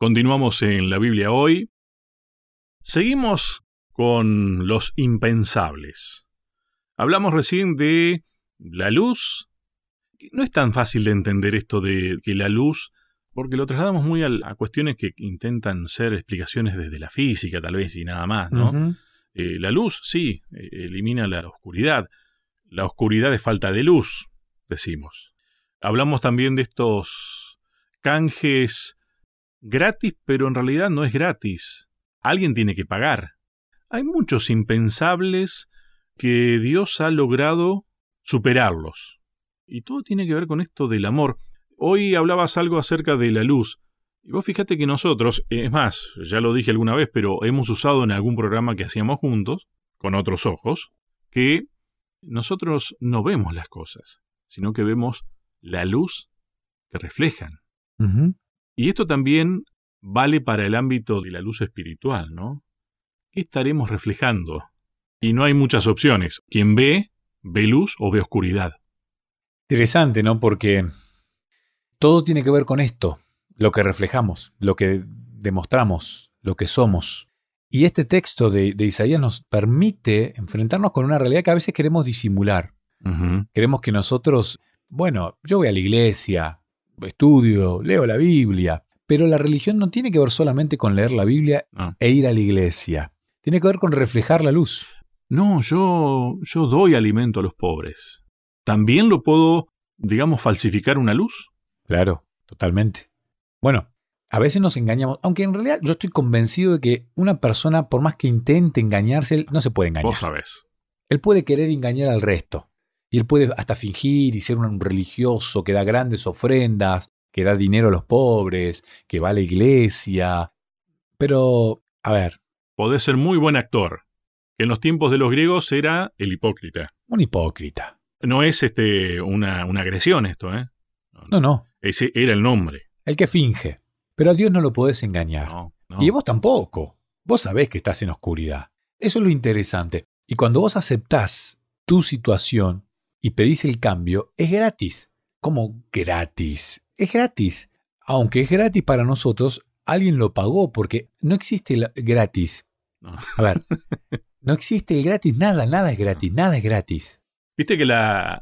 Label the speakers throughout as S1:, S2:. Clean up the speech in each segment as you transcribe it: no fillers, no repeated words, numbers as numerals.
S1: Continuamos en la Biblia hoy. Seguimos con los impensables. Hablamos recién de la luz. No es tan fácil de entender esto de que la luz, porque lo trasladamos muy a cuestiones que intentan ser explicaciones desde la física, tal vez, y nada más, ¿no?
S2: Ujú.
S1: La luz, sí, elimina la oscuridad. La oscuridad es falta de luz, decimos. Hablamos también de estos canjes gratis, pero en realidad no es gratis. Alguien tiene que pagar. Hay muchos impensables que Dios ha logrado superarlos. Y todo tiene que ver con esto del amor. Hoy hablabas algo acerca de la luz. Y vos fíjate que nosotros, es más, ya lo dije alguna vez, pero hemos usado en algún programa que hacíamos juntos, con otros ojos, que nosotros no vemos las cosas, sino que vemos la luz que reflejan.
S2: Ujú.
S1: Y esto también vale para el ámbito de la luz espiritual, ¿no? ¿Qué estaremos reflejando? Y no hay muchas opciones. Quien ve luz o ve oscuridad.
S2: Interesante, ¿no? Porque todo tiene que ver con esto, lo que reflejamos, lo que demostramos, lo que somos. Y este texto de Isaías nos permite enfrentarnos con una realidad que a veces queremos disimular.
S1: Ujú.
S2: Queremos que nosotros, bueno, yo voy a la iglesia, estudio, leo la Biblia, pero la religión no tiene que ver solamente con leer la Biblia
S1: No.
S2: e ir a la iglesia. Tiene que ver con reflejar la luz.
S1: No, yo doy alimento a los pobres. ¿También lo puedo, digamos, falsificar una luz?
S2: Claro, totalmente. Bueno, a veces nos engañamos, aunque en realidad yo estoy convencido de que una persona, por más que intente engañarse, él no se puede engañar.
S1: Vos sabés.
S2: Él puede querer engañar al resto. Y él puede hasta fingir y ser un religioso que da grandes ofrendas, que da dinero a los pobres, que va a la iglesia. Pero, a ver,
S1: Podés ser muy buen actor. Que en los tiempos de los griegos era el hipócrita.
S2: un hipócrita.
S1: No es una agresión esto, ¿eh?
S2: No.
S1: Ese era el nombre.
S2: El que finge. Pero a Dios no lo podés engañar.
S1: No.
S2: Y vos tampoco. Vos sabés que estás en oscuridad. Eso es lo interesante. Y cuando vos aceptás tu situación y pedís el cambio, es gratis. ¿Cómo gratis? Es gratis. Aunque es gratis para nosotros, alguien lo pagó porque no existe el gratis.
S1: No.
S2: A ver, no existe el gratis. Nada es gratis. Nada es gratis.
S1: Viste que la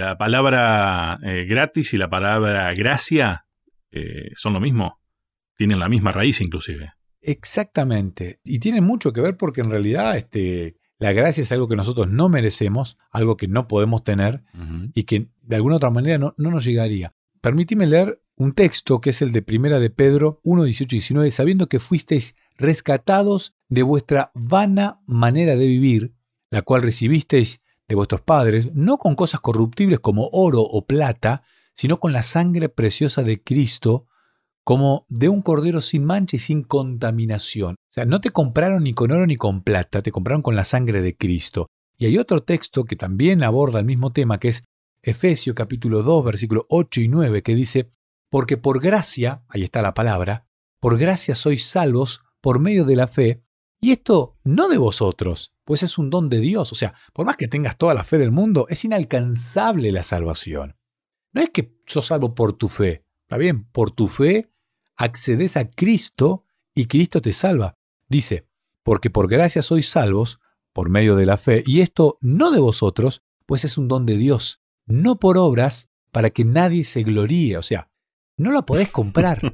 S1: palabra gratis y la palabra gracia son lo mismo. Tienen la misma raíz inclusive.
S2: Exactamente. Y tiene mucho que ver porque en realidad la gracia es algo que nosotros no merecemos, algo que no podemos tener
S1: Ujú.
S2: y que de alguna otra manera no nos llegaría. Permitime leer un texto que es el de Primera de Pedro 1, 18 y 19, sabiendo que fuisteis rescatados de vuestra vana manera de vivir, la cual recibisteis de vuestros padres, no con cosas corruptibles como oro o plata, sino con la sangre preciosa de Cristo, como de un cordero sin mancha y sin contaminación. O sea, no te compraron ni con oro ni con plata, te compraron con la sangre de Cristo. Y hay otro texto que también aborda el mismo tema, que es Efesios capítulo 2, versículos 8 y 9, que dice, porque por gracia, ahí está la palabra, por gracia sois salvos por medio de la fe, y esto no de vosotros, pues es un don de Dios. O sea, por más que tengas toda la fe del mundo, es inalcanzable la salvación. No es que sos salvo por tu fe, está bien, por tu fe accedes a Cristo y Cristo te salva. Dice, porque por gracia sois salvos por medio de la fe, y esto no de vosotros, pues es un don de Dios, no por obras para que nadie se gloríe. O sea, no la podés comprar.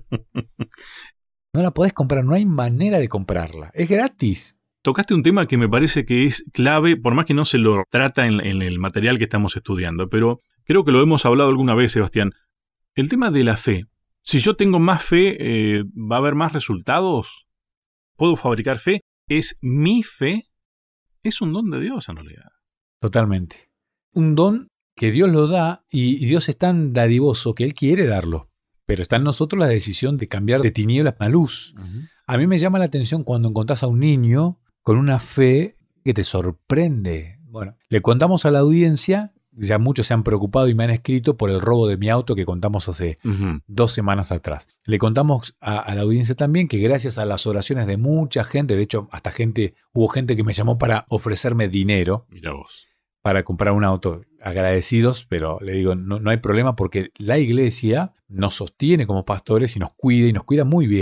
S2: No la podés comprar, no hay manera de comprarla. Es gratis.
S1: Tocaste un tema que me parece que es clave, por más que no se lo trata en el material que estamos estudiando, pero creo que lo hemos hablado alguna vez, Sebastián. El tema de la fe. Si yo tengo más fe, ¿va a haber más resultados? ¿Puedo fabricar fe? ¿Es mi fe? Es un don de Dios en realidad.
S2: Totalmente. Un don que Dios lo da y Dios es tan dadivoso que Él quiere darlo. Pero está en nosotros la decisión de cambiar de tinieblas a luz.
S1: Uh-huh.
S2: A mí me llama la atención cuando encontrás a un niño con una fe que te sorprende. Bueno, le contamos a la audiencia, ya muchos se han preocupado y me han escrito por el robo de mi auto que contamos hace 2 semanas atrás. Le contamos a la audiencia también que gracias a las oraciones de mucha gente, de hecho hasta hubo gente que me llamó para ofrecerme dinero.
S1: Mira vos.
S2: Para comprar un auto, agradecidos, pero le digo, no hay problema porque la iglesia nos sostiene como pastores y nos cuida muy bien.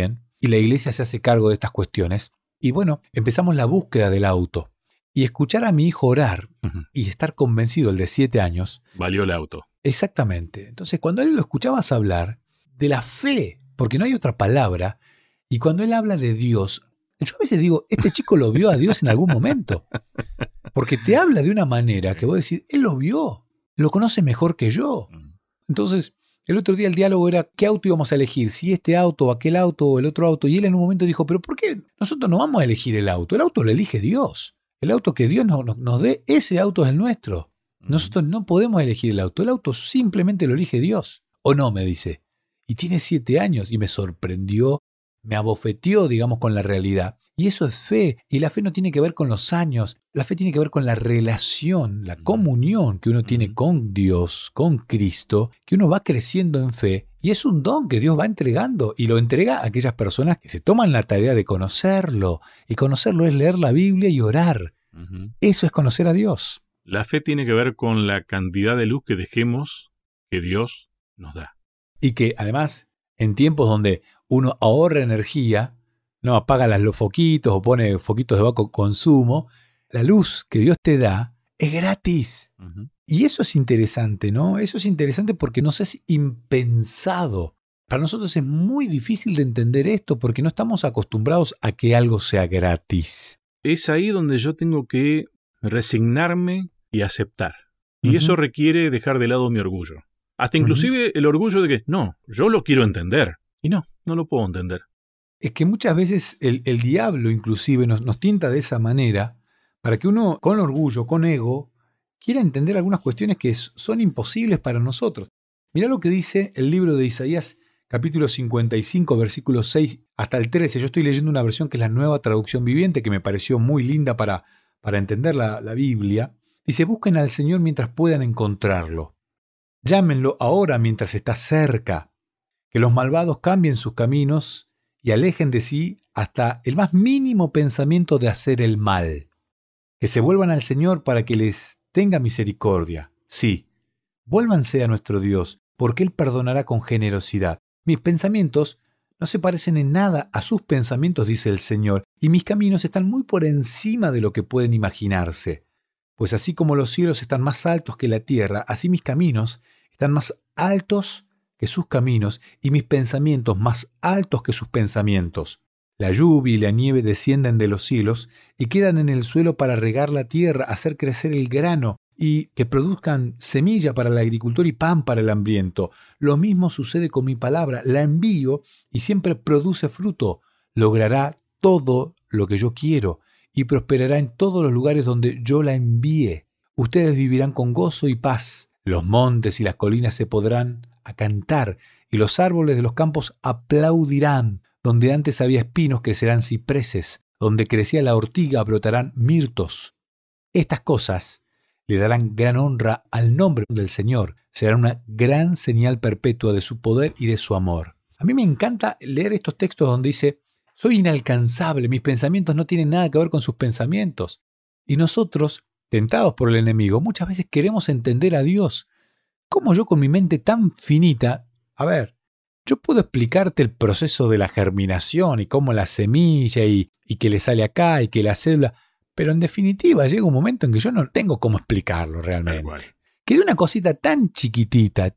S2: y la iglesia se hace cargo de estas cuestiones. Y bueno, empezamos la búsqueda del auto. Y escuchar a mi hijo orar y estar convencido, el de 7 años.
S1: Valió el auto.
S2: Exactamente. Entonces, cuando él lo escuchabas hablar de la fe, porque no hay otra palabra, y cuando él habla de Dios, yo a veces digo, este chico lo vio a Dios en algún momento. Porque te habla de una manera que vos decís, él lo vio, lo conoce mejor que yo. Entonces, el otro día el diálogo era qué auto íbamos a elegir, si este auto o aquel auto o el otro auto. Y él en un momento dijo, pero ¿por qué nosotros no vamos a elegir el auto? El auto lo elige Dios. El auto que Dios nos dé, ese auto es el nuestro. Nosotros no podemos elegir el auto simplemente lo elige Dios. ¿O no? Me dice. Y tiene 7 años y me sorprendió, me abofeteó, digamos, con la realidad. Y eso es fe. Y la fe no tiene que ver con los años. La fe tiene que ver con la relación, la comunión que uno tiene con Dios, con Cristo, que uno va creciendo en fe. Y es un don que Dios va entregando. Y lo entrega a aquellas personas que se toman la tarea de conocerlo. Y conocerlo es leer la Biblia y orar. Eso es conocer a Dios.
S1: La fe tiene que ver con la cantidad de luz que dejemos que Dios nos da.
S2: Y que además, en tiempos donde uno ahorra energía, no apaga los foquitos o pone foquitos de bajo consumo, la luz que Dios te da es gratis. Y eso es interesante, ¿no? Eso es interesante porque nos es impensado. Para nosotros es muy difícil de entender esto porque no estamos acostumbrados a que algo sea gratis.
S1: Es ahí donde yo tengo que resignarme y aceptar. Y eso requiere dejar de lado mi orgullo. Hasta inclusive el orgullo de que, no, yo lo quiero entender. Y no lo puedo entender.
S2: Es que muchas veces el diablo inclusive nos tienta de esa manera para que uno con orgullo, con ego, quiera entender algunas cuestiones que son imposibles para nosotros. Mirá lo que dice el libro de Isaías, capítulo 55, versículos 6 hasta el 13. Yo estoy leyendo una versión que es la Nueva Traducción Viviente, que me pareció muy linda para entender la Biblia. Dice, busquen al Señor mientras puedan encontrarlo. Llámenlo ahora mientras está cerca. Que los malvados cambien sus caminos y alejen de sí hasta el más mínimo pensamiento de hacer el mal. Que se vuelvan al Señor para que les tenga misericordia. Sí, vuélvanse a nuestro Dios, porque Él perdonará con generosidad. Mis pensamientos no se parecen en nada a sus pensamientos, dice el Señor, y mis caminos están muy por encima de lo que pueden imaginarse. Pues así como los cielos están más altos que la tierra, así mis caminos están más altos que sus caminos y mis pensamientos más altos que sus pensamientos. La lluvia y la nieve descienden de los cielos y quedan en el suelo para regar la tierra, hacer crecer el grano y que produzcan semilla para el agricultor y pan para el hambriento. Lo mismo sucede con mi palabra, la envío y siempre produce fruto. Logrará todo lo que yo quiero y prosperará en todos los lugares donde yo la envíe. Ustedes vivirán con gozo y paz. Los montes y las colinas se podrán a cantar y los árboles de los campos aplaudirán. Donde antes había espinos crecerán cipreses, donde crecía la ortiga brotarán mirtos. Estas cosas le darán gran honra al nombre del Señor, serán una gran señal perpetua de su poder y de su amor. A mí me encanta leer estos textos donde dice, soy inalcanzable, mis pensamientos no tienen nada que ver con sus pensamientos. Y nosotros, tentados por el enemigo, muchas veces queremos entender a Dios. ¿Cómo yo con mi mente tan finita? Yo puedo explicarte el proceso de la germinación y cómo la semilla y que le sale acá y que la célula, pero en definitiva llega un momento en que yo no tengo cómo explicarlo realmente. Que de una cosita tan chiquitita,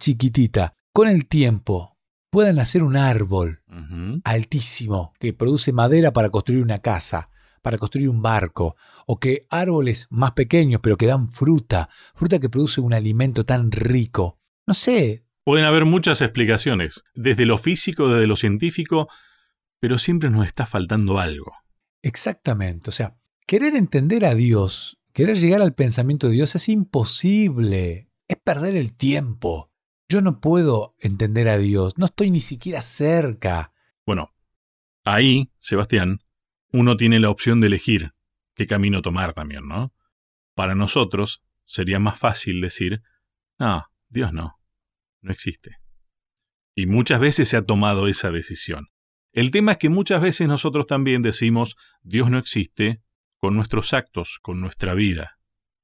S2: con el tiempo puedan hacer un árbol altísimo que produce madera para construir una casa, para construir un barco, o que árboles más pequeños pero que dan fruta que produce un alimento tan rico. No sé.
S1: Pueden haber muchas explicaciones, desde lo físico, desde lo científico, pero siempre nos está faltando algo.
S2: Exactamente, o sea, querer entender a Dios, querer llegar al pensamiento de Dios es imposible, es perder el tiempo. Yo no puedo entender a Dios, no estoy ni siquiera cerca.
S1: Bueno, ahí, Sebastián, uno tiene la opción de elegir qué camino tomar también, ¿no? Para nosotros sería más fácil decir, no, Dios no existe. Y muchas veces se ha tomado esa decisión. El tema es que muchas veces nosotros también decimos, Dios no existe con nuestros actos, con nuestra vida.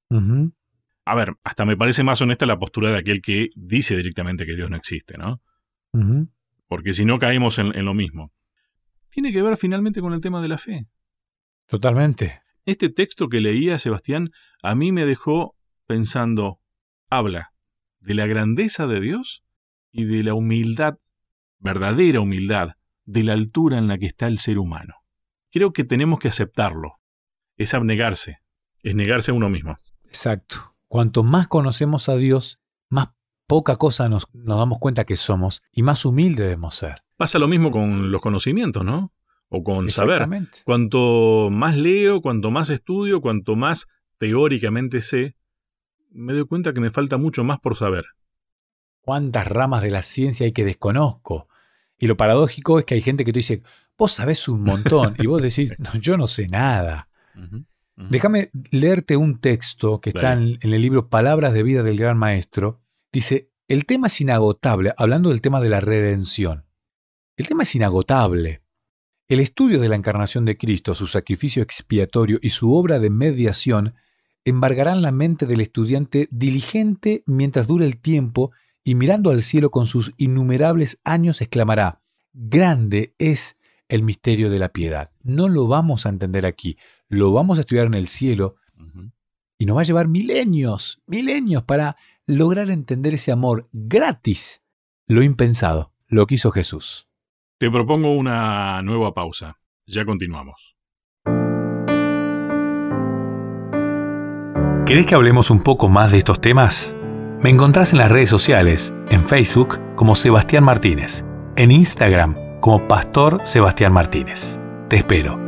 S1: A ver, hasta me parece más honesta la postura de aquel que dice directamente que Dios no existe, ¿no? Porque si no caemos en lo mismo. tiene que ver finalmente con el tema de la fe.
S2: Totalmente.
S1: Este texto que leía Sebastián a mí me dejó pensando, habla de la grandeza de Dios y de la humildad, verdadera humildad, de la altura en la que está el ser humano. Creo que tenemos que aceptarlo. Es abnegarse, es negarse a uno mismo.
S2: Exacto. Cuanto más conocemos a Dios, más poca cosa nos damos cuenta que somos y más humildes debemos ser.
S1: Pasa lo mismo con los conocimientos, ¿no? O con saber.
S2: Exactamente.
S1: Cuanto más leo, cuanto más estudio, cuanto más teóricamente sé, me doy cuenta que me falta mucho más por saber.
S2: ¿Cuántas ramas de la ciencia hay que desconozco? Y lo paradójico es que hay gente que te dice, vos sabés un montón, y vos decís, no, yo no sé nada. Déjame leerte un texto que está en el libro Palabras de Vida del Gran Maestro. Dice, el tema es inagotable, hablando del tema de la redención. El tema es inagotable. El estudio de la encarnación de Cristo, su sacrificio expiatorio y su obra de mediación embargarán la mente del estudiante diligente mientras dure el tiempo y mirando al cielo con sus innumerables años exclamará, grande es el misterio de la piedad. No lo vamos a entender aquí, lo vamos a estudiar en el cielo y nos va a llevar milenios para lograr entender ese amor gratis, lo impensado, lo que hizo Jesús.
S1: Te propongo una nueva pausa. Ya continuamos.
S2: ¿Querés que hablemos un poco más de estos temas? Me encontrás en las redes sociales, en Facebook como Sebastián Martínez, en Instagram como Pastor Sebastián Martínez. Te espero.